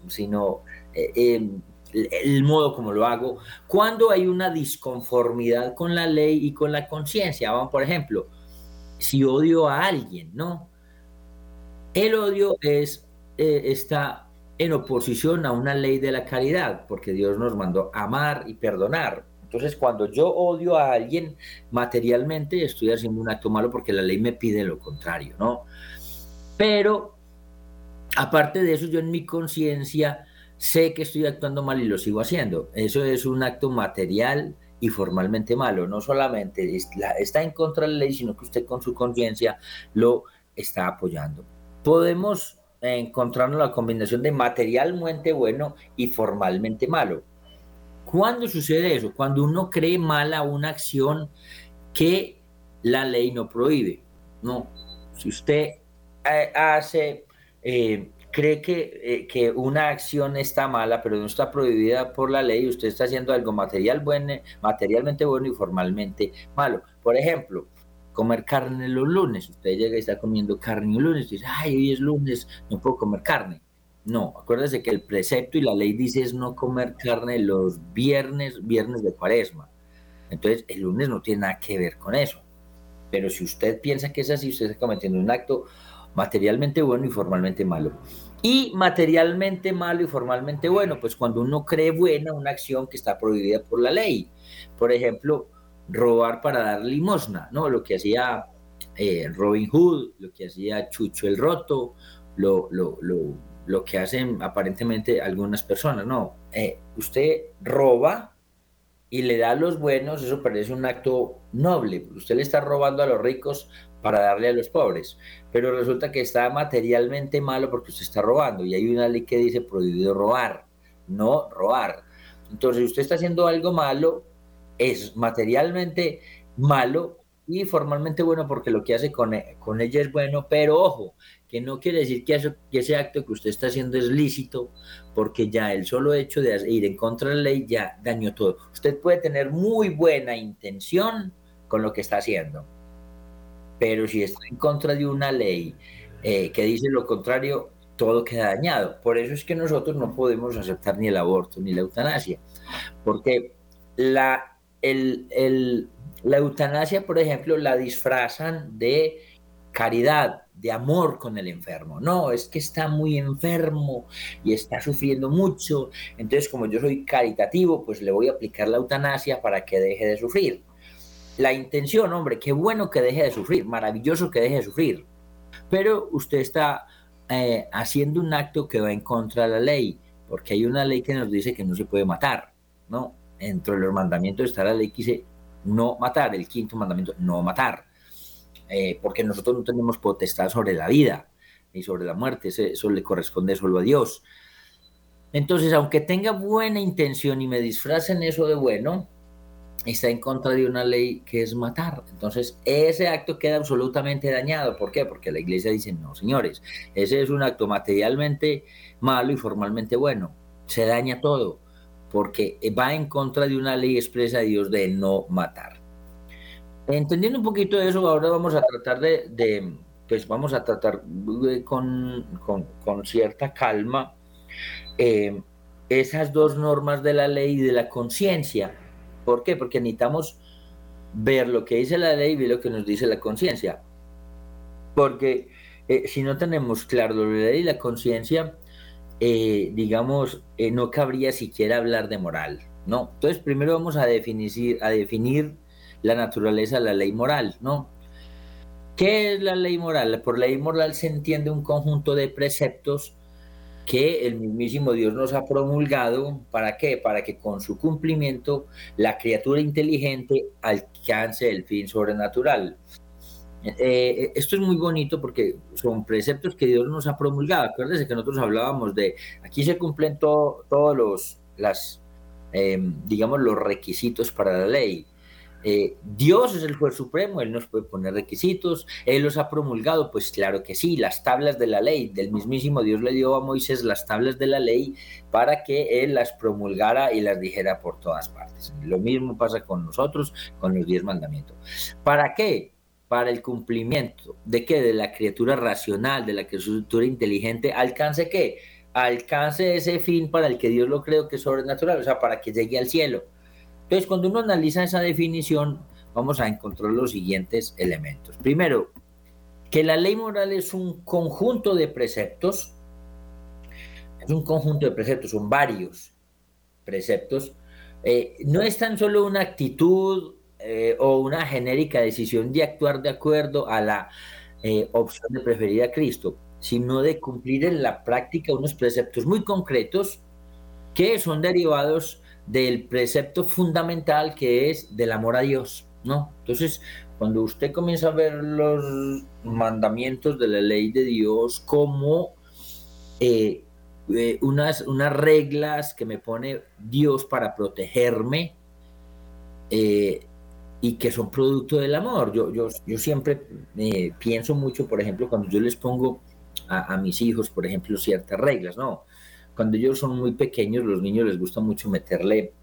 el modo como lo hago. Cuando hay una disconformidad con la ley y con la conciencia, vamos, por ejemplo, si odio a alguien, ¿no? El odio está en oposición a una ley de la caridad, porque Dios nos mandó amar y perdonar. Entonces, cuando yo odio a alguien materialmente, estoy haciendo un acto malo porque la ley me pide lo contrario, ¿no? Pero, aparte de eso, yo en mi conciencia sé que estoy actuando mal y lo sigo haciendo. Eso es un acto material y formalmente malo. No solamente está en contra de la ley, sino que usted con su conciencia lo está apoyando. Podemos encontrarnos la combinación de materialmente bueno y formalmente malo. ¿Cuándo sucede eso? Cuando uno cree mala una acción que la ley no prohíbe, ¿no? Si usted cree que una acción está mala, pero no está prohibida por la ley, usted está haciendo algo materialmente bueno y formalmente malo. Por ejemplo, comer carne los lunes. Usted llega y está comiendo carne un lunes y dice, ay, hoy es lunes, no puedo comer carne. No, acuérdese que el precepto y la ley dice es no comer carne los viernes de Cuaresma. Entonces, el lunes no tiene nada que ver con eso. Pero si usted piensa que es así, usted está cometiendo un acto materialmente bueno y formalmente malo. Y materialmente malo y formalmente bueno, pues cuando uno cree buena una acción que está prohibida por la ley. Por ejemplo, robar para dar limosna, ¿no? Lo que hacía Robin Hood, lo que hacía Chucho el Roto, lo que hacen aparentemente algunas personas, ¿no? Usted roba y le da a los buenos, eso parece un acto noble. Usted le está robando a los ricos para darle a los pobres, pero resulta que está materialmente malo porque usted está robando y hay una ley que dice prohibido robar, no robar. Entonces usted está haciendo algo malo, es materialmente malo y formalmente bueno porque lo que hace con ella es bueno, pero ojo, que no quiere decir que ese acto que usted está haciendo es lícito, porque ya el solo hecho de ir en contra de la ley ya dañó todo. Usted puede tener muy buena intención con lo que está haciendo, pero si está en contra de una ley que dice lo contrario, todo queda dañado. Por eso es que nosotros no podemos aceptar ni el aborto ni la eutanasia, porque la, la eutanasia, por ejemplo, la disfrazan de caridad, de amor con el enfermo. No, es que está muy enfermo y está sufriendo mucho. Entonces, como yo soy caritativo, pues le voy a aplicar la eutanasia para que deje de sufrir. La intención, hombre, qué bueno que deje de sufrir, maravilloso que deje de sufrir. Pero usted está haciendo un acto que va en contra de la ley, porque hay una ley que nos dice que no se puede matar, ¿no? Entre los mandamientos está la ley que dice no matar, el quinto mandamiento, no matar, porque nosotros no tenemos potestad sobre la vida ni sobre la muerte, eso le corresponde solo a Dios. Entonces, aunque tenga buena intención y me disfracen eso de bueno, está en contra de una ley que es matar. Entonces, ese acto queda absolutamente dañado. ¿Por qué? Porque la iglesia dice, no, señores, ese es un acto materialmente malo y formalmente bueno. Se daña todo, porque va en contra de una ley expresa de Dios de no matar. Entendiendo un poquito de eso, ahora vamos a tratar pues vamos a tratar con cierta calma eh, esas dos normas de la ley y de la conciencia. ¿Por qué? Porque necesitamos ver lo que dice la ley y ver lo que nos dice la conciencia. Porque si no tenemos claro lo de la ley y la conciencia, digamos, no cabría siquiera hablar de moral, ¿no? Entonces, primero vamos a definir la naturaleza de la ley moral, ¿no? ¿Qué es la ley moral? Por ley moral se entiende un conjunto de preceptos que el mismísimo Dios nos ha promulgado. ¿Para qué? Para que con su cumplimiento la criatura inteligente alcance el fin sobrenatural. Esto es muy bonito porque son preceptos que Dios nos ha promulgado. Acuérdense que nosotros hablábamos de, aquí se cumplen todos digamos, los requisitos para la ley. Dios es el juez supremo, Él nos puede poner requisitos, Él los ha promulgado, pues claro que sí, las tablas de la ley, del mismísimo Dios le dio a Moisés las tablas de la ley para que Él las promulgara y las dijera por todas partes. Lo mismo pasa con nosotros, con los 10 mandamientos. ¿Para qué? Para el cumplimiento de qué, de la criatura racional, de la criatura inteligente, alcance qué, alcance ese fin para el que Dios lo creó, que es sobrenatural, o sea, para que llegue al cielo. Entonces, cuando uno analiza esa definición, vamos a encontrar los siguientes elementos. Primero, que la ley moral es un conjunto de preceptos, son varios preceptos, no es tan solo una actitud o una genérica decisión de actuar de acuerdo a la opción de preferir a Cristo, sino de cumplir en la práctica unos preceptos muy concretos que son derivados del precepto fundamental que es del amor a Dios, ¿no? Entonces, cuando usted comienza a ver los mandamientos de la ley de Dios como unas reglas que me pone Dios para protegerme y que son producto del amor. Yo siempre pienso mucho, por ejemplo, cuando yo les pongo a mis hijos, por ejemplo, ciertas reglas, ¿no? Cuando ellos son muy pequeños, los niños les gusta mucho meterle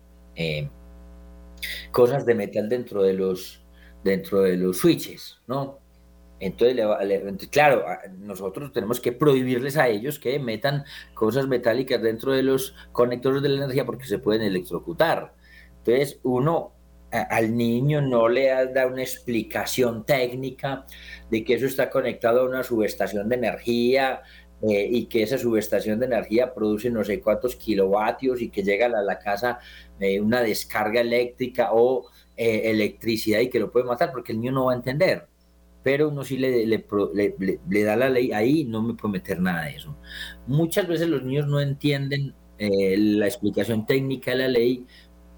cosas de metal dentro de los switches, ¿no? Entonces, claro, nosotros tenemos que prohibirles a ellos que metan cosas metálicas dentro de los conectores de la energía porque se pueden electrocutar. Entonces, uno al niño no le da una explicación técnica de que eso está conectado a una subestación de energía y que esa subestación de energía produce no sé cuántos kilovatios y que llega a la casa una descarga eléctrica o electricidad y que lo puede matar, porque el niño no va a entender. Pero uno sí le da la ley, ahí no me puede meter nada de eso. Muchas veces los niños no entienden la explicación técnica de la ley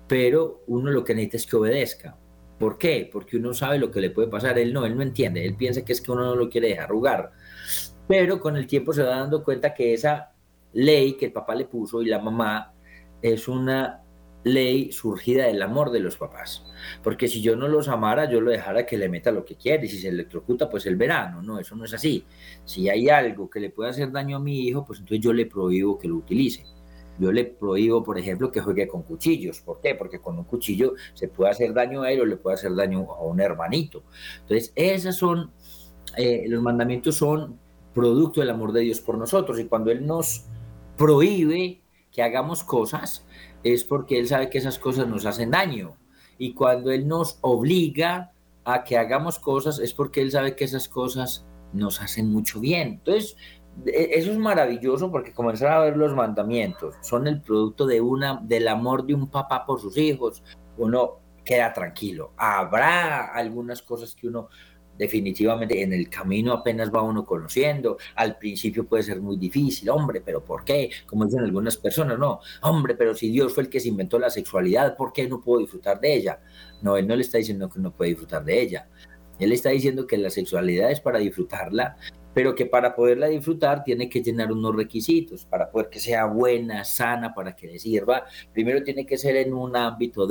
pero uno lo que necesita es que obedezca. ¿Por qué? Porque uno sabe lo que le puede pasar. Él no entiende. Él piensa que es que uno no lo quiere dejar jugar. Pero con el tiempo se va dando cuenta que esa ley que el papá le puso y la mamá es una ley surgida del amor de los papás. Porque si yo no los amara, yo lo dejara que le meta lo que quiere. Y si se electrocuta, pues el verano. No, eso no es así. Si hay algo que le puede hacer daño a mi hijo, pues entonces yo le prohíbo que lo utilice. Yo le prohíbo, por ejemplo, que juegue con cuchillos. ¿Por qué? Porque con un cuchillo se puede hacer daño a él o le puede hacer daño a un hermanito. Entonces, esas son, los mandamientos son producto del amor de Dios por nosotros. Y cuando Él nos prohíbe que hagamos cosas, es porque Él sabe que esas cosas nos hacen daño. Y cuando Él nos obliga a que hagamos cosas, es porque Él sabe que esas cosas nos hacen mucho bien. Entonces, eso es maravilloso porque comenzar a ver los mandamientos son el producto del amor de un papá por sus hijos. Uno queda tranquilo. Habrá algunas cosas que uno definitivamente en el camino apenas va uno conociendo. Al principio puede ser muy difícil, hombre, pero ¿por qué? Como dicen algunas personas, no, hombre, pero si Dios fue el que se inventó la sexualidad, ¿por qué no puedo disfrutar de ella? No, Él no le está diciendo que no puede disfrutar de ella. Él está diciendo que la sexualidad es para disfrutarla, pero que para poderla disfrutar tiene que llenar unos requisitos, para poder que sea buena, sana, para que le sirva. Primero tiene que ser en un ámbito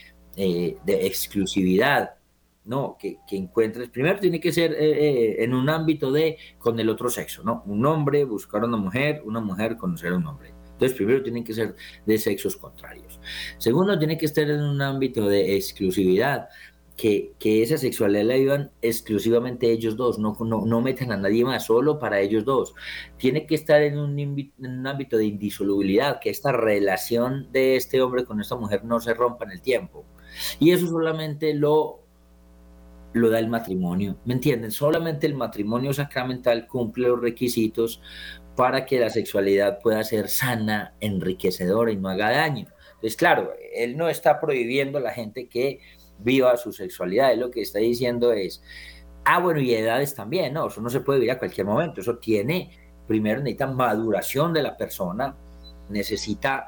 de exclusividad, ¿no? Que encuentres, primero tiene que ser en un ámbito con el otro sexo, ¿no? Un hombre buscar a una mujer conocer a un hombre. Entonces, primero tienen que ser de sexos contrarios. Segundo, tiene que estar en un ámbito de exclusividad, que esa sexualidad la vivan exclusivamente ellos dos, no metan a nadie más, solo para ellos dos. Tiene que estar en un ámbito de indisolubilidad, que esta relación de este hombre con esta mujer no se rompa en el tiempo. Y eso solamente lo da el matrimonio, ¿me entienden? Solamente el matrimonio sacramental cumple los requisitos para que la sexualidad pueda ser sana, enriquecedora y no haga daño. Entonces, claro, él no está prohibiendo a la gente que viva su sexualidad, él lo que está diciendo es, bueno, y edades también, no, eso no se puede vivir a cualquier momento, eso primero necesita maduración de la persona, necesita,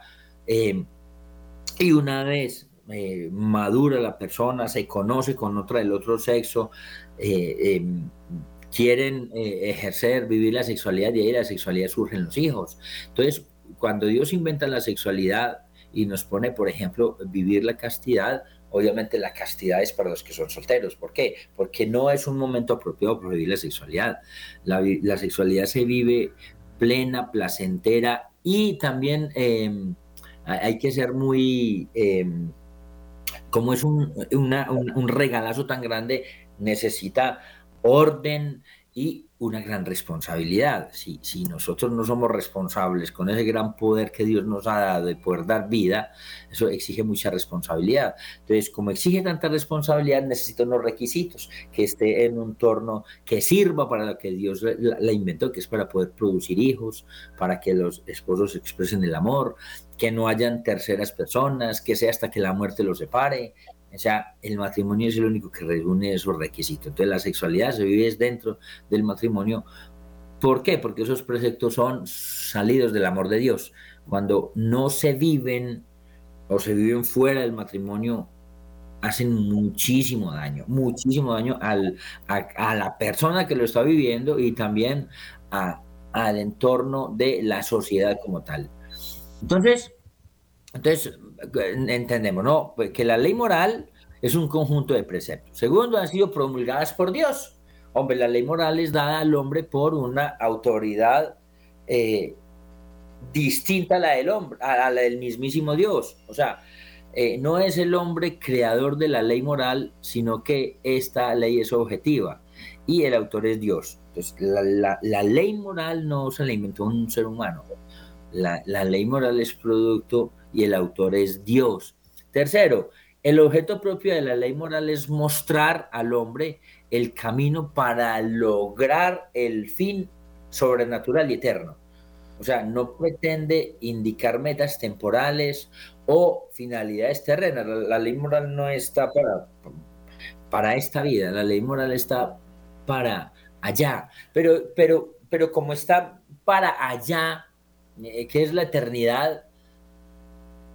y una vez madura la persona, se conoce con otra del otro sexo, quieren ejercer, vivir la sexualidad, y ahí la sexualidad surgen los hijos. Entonces, cuando Dios inventa la sexualidad y nos pone, por ejemplo, vivir la castidad, obviamente la castidad es para los que son solteros. ¿Por qué? Porque no es un momento apropiado para vivir la sexualidad. La sexualidad se vive plena, placentera, y también hay que ser muy... como es un regalazo tan grande, necesita orden y una gran responsabilidad. Si nosotros no somos responsables con ese gran poder que Dios nos ha dado de poder dar vida, eso exige mucha responsabilidad. Entonces, como exige tanta responsabilidad, necesita unos requisitos, que esté en un entorno que sirva para lo que Dios la inventó, que es para poder producir hijos, para que los esposos expresen el amor, que no hayan terceras personas, que sea hasta que la muerte los separe. O sea, el matrimonio es el único que reúne esos requisitos. Entonces, la sexualidad se vive dentro del matrimonio. ¿Por qué? Porque esos preceptos son salidos del amor de Dios. Cuando no se viven o se viven fuera del matrimonio, hacen muchísimo daño a la persona que lo está viviendo y también al entorno de la sociedad como tal. Entonces, entendemos, ¿no? Pues que la ley moral es un conjunto de preceptos. Segundo, han sido promulgadas por Dios. Hombre, la ley moral es dada al hombre por una autoridad eh, distinta a la del hombre, a la del mismísimo Dios. O sea, no es el hombre creador de la ley moral, sino que esta ley es objetiva y el autor es Dios. Entonces, la ley moral no se la inventó un ser humano. La ley moral es producto y el autor es Dios. Tercero, el objeto propio de la ley moral es mostrar al hombre el camino para lograr el fin sobrenatural y eterno. O sea, no pretende indicar metas temporales o finalidades terrenas. La ley moral no está para esta vida, la ley moral está para allá. Pero como está para allá, que es la eternidad,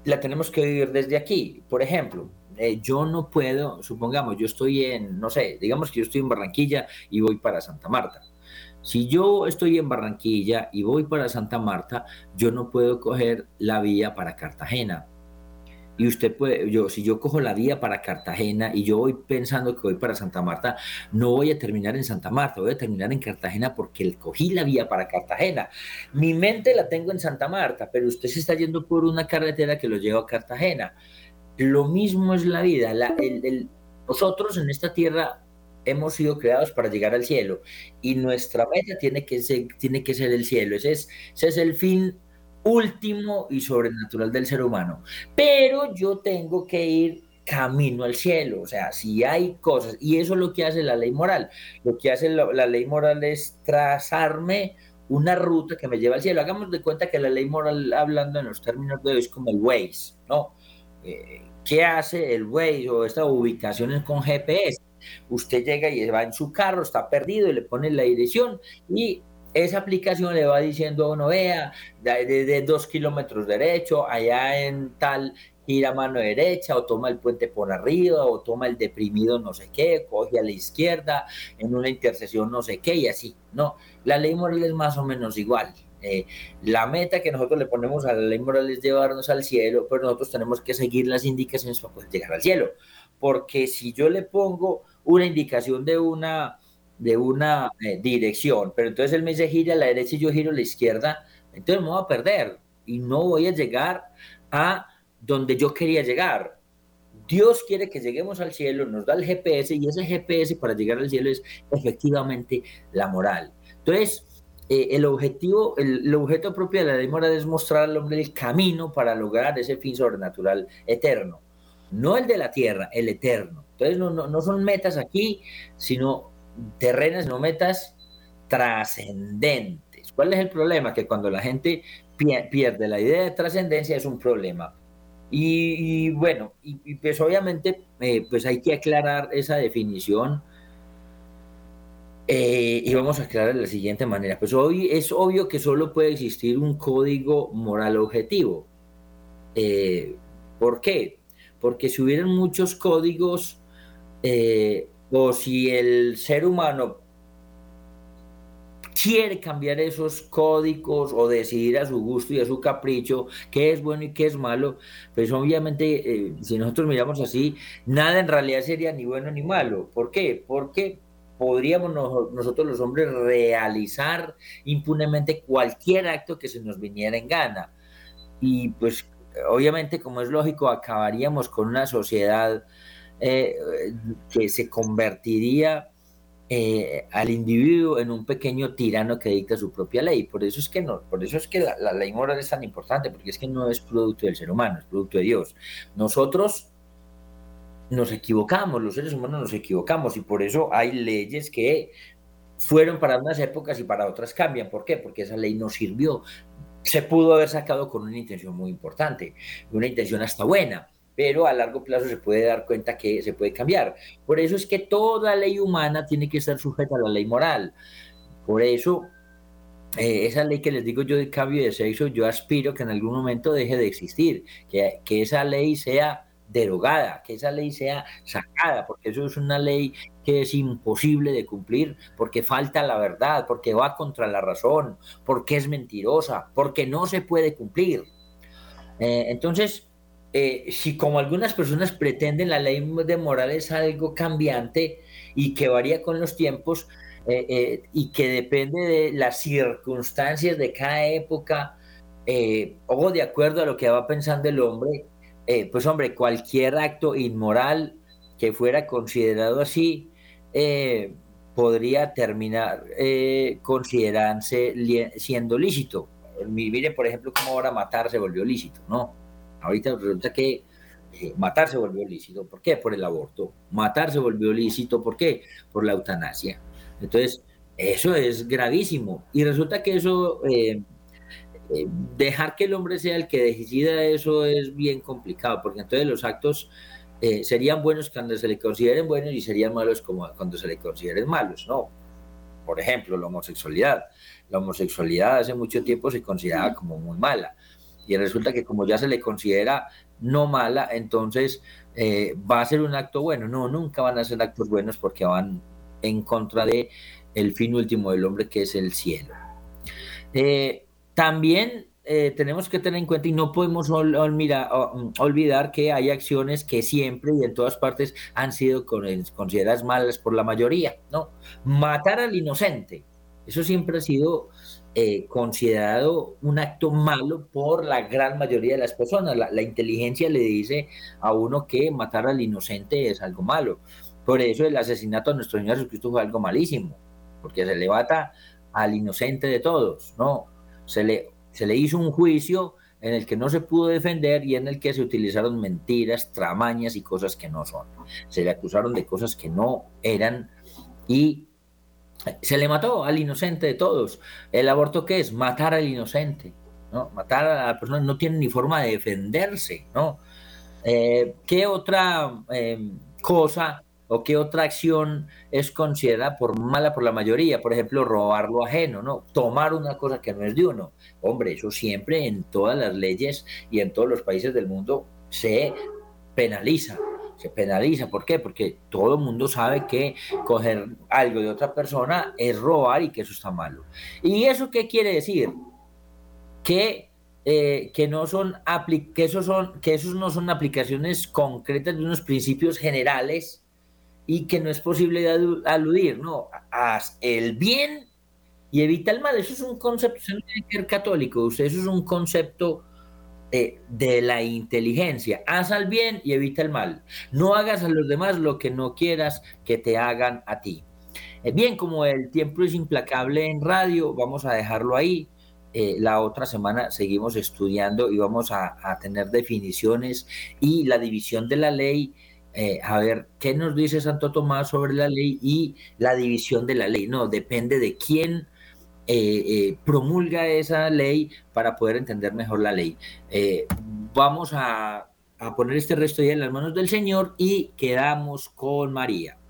la tenemos que vivir desde aquí. Por ejemplo, yo no puedo, supongamos, yo estoy en, no sé, digamos que yo estoy en Barranquilla y voy para Santa Marta. Si yo estoy en Barranquilla y voy para Santa Marta, yo no puedo coger la vía para Cartagena. Y usted puede, si yo cojo la vía para Cartagena y yo voy pensando que voy para Santa Marta, no voy a terminar en Santa Marta, voy a terminar en Cartagena porque cogí la vía para Cartagena. Mi mente la tengo en Santa Marta, pero usted se está yendo por una carretera que lo lleva a Cartagena. Lo mismo es la vida. Nosotros en esta tierra hemos sido creados para llegar al cielo y nuestra meta tiene que ser el cielo. Ese es el fin último y sobrenatural del ser humano. Pero yo tengo que ir camino al cielo, o sea, si hay cosas, y eso es lo que hace la ley moral. Lo que hace la ley moral es trazarme una ruta que me lleva al cielo. Hagamos de cuenta que la ley moral, hablando en los términos de hoy, es como el Waze, ¿no? ¿Qué hace el Waze o estas ubicaciones con GPS? Usted llega y va en su carro, está perdido y le pone la dirección y esa aplicación le va diciendo a uno, vea, de 2 kilómetros derecho, allá en tal gira a mano derecha, o toma el puente por arriba, o toma el deprimido no sé qué, coge a la izquierda, en una intersección no sé qué, y así, ¿no? La ley moral es más o menos igual. La meta que nosotros le ponemos a la ley moral es llevarnos al cielo, pero nosotros tenemos que seguir las indicaciones para poder llegar al cielo. Porque si yo le pongo una indicación de una dirección, pero entonces él me dice gira a la derecha y yo giro a la izquierda, entonces me voy a perder y no voy a llegar a donde yo quería llegar. Dios quiere que lleguemos al cielo, nos da el GPS y ese GPS para llegar al cielo es efectivamente la moral. Entonces, el objeto propio de la ley moral es mostrar al hombre el camino para lograr ese fin sobrenatural eterno. No el de la tierra, el eterno. Entonces, no son metas aquí, sino terrenas, sino metas trascendentes. ¿Cuál es el problema? Que cuando la gente pierde la idea de trascendencia es un problema. Y bueno, pues obviamente pues hay que aclarar esa definición y vamos a aclarar de la siguiente manera. Pues hoy es obvio que solo puede existir un código moral objetivo. ¿Por qué? Porque si hubieran muchos códigos o si el ser humano quiere cambiar esos códigos o decidir a su gusto y a su capricho qué es bueno y qué es malo, pues obviamente si nosotros miramos así, nada en realidad sería ni bueno ni malo. ¿Por qué? Porque podríamos nosotros los hombres realizar impunemente cualquier acto que se nos viniera en gana. Y pues obviamente, como es lógico, acabaríamos con una sociedad eh, que se convertiría al individuo en un pequeño tirano que dicta su propia ley. Por eso es que no, por eso es que la ley moral es tan importante, porque es que no es producto del ser humano, es producto de Dios. Nosotros nos equivocamos, los seres humanos nos equivocamos, y por eso hay leyes que fueron para unas épocas y para otras cambian. ¿Por qué? Porque esa ley no sirvió. Se pudo haber sacado con una intención muy importante, una intención hasta buena, pero a largo plazo se puede dar cuenta que se puede cambiar. Por eso es que toda ley humana tiene que estar sujeta a la ley moral. Por eso, esa ley que les digo yo de cambio de sexo, yo aspiro que en algún momento deje de existir, que esa ley sea derogada, que esa ley sea sacada, porque eso es una ley que es imposible de cumplir, porque falta la verdad, porque va contra la razón, porque es mentirosa, porque no se puede cumplir. Entonces, si como algunas personas pretenden la ley de moral es algo cambiante y que varía con los tiempos y que depende de las circunstancias de cada época o de acuerdo a lo que va pensando el hombre, pues hombre, cualquier acto inmoral que fuera considerado así podría terminar considerándose siendo lícito. Mire, por ejemplo, cómo ahora matar se volvió lícito, ¿no? Ahorita resulta que matar se volvió lícito. ¿Por qué? Por el aborto. Matar se volvió lícito. ¿Por qué? Por la eutanasia. Entonces, eso es gravísimo. Y resulta que eso, dejar que el hombre sea el que decida eso es bien complicado, porque entonces los actos serían buenos cuando se le consideren buenos y serían malos como cuando se le consideren malos, ¿no? Por ejemplo, la homosexualidad. La homosexualidad hace mucho tiempo se consideraba como muy mala. y resulta que como ya se le considera no mala, entonces va a ser un acto bueno. No, nunca van a ser actos buenos porque van en contra de el fin último del hombre, que es el cielo. También tenemos que tener en cuenta y no podemos olvidar que hay acciones que siempre y en todas partes han sido consideradas malas por la mayoría, ¿no? Matar al inocente, eso siempre ha sido considerado un acto malo por la gran mayoría de las personas. La inteligencia le dice a uno que matar al inocente es algo malo. Por eso el asesinato de nuestro Señor Jesucristo fue algo malísimo, porque se le mata al inocente de todos, ¿no? Se le hizo un juicio en el que no se pudo defender y en el que se utilizaron mentiras, tramañas y cosas que no son. Se le acusaron de cosas que no eran y se le mató al inocente de todos. ¿El aborto qué es? Matar al inocente, ¿no? Matar a la persona, no tiene ni forma de defenderse, ¿no? ¿Qué otra cosa o qué otra acción es considerada por mala por la mayoría? Por ejemplo, robar lo ajeno, ¿no? Tomar una cosa que no es de uno. Hombre, eso siempre en todas las leyes y en todos los países del mundo se penaliza. Se penaliza, ¿por qué? Porque todo el mundo sabe que coger algo de otra persona es robar y que eso está malo. ¿Y eso qué quiere decir? Que no son que esos no son aplicaciones concretas de unos principios generales y que no es posible aludir, no, haz el bien y evita el mal. Eso es un concepto, usted no tiene que ser católico, usted, eso es un concepto de la inteligencia. Haz el bien y evita el mal. No hagas a los demás lo que no quieras que te hagan a ti. Bien, como el tiempo es implacable en radio, vamos a dejarlo ahí. La otra semana seguimos estudiando y vamos a tener definiciones y la división de la ley. A ver, ¿qué nos dice Santo Tomás sobre la ley y la división de la ley? No, depende de quién promulga esa ley para poder entender mejor la ley. Vamos a poner este resto ya en las manos del Señor y quedamos con María.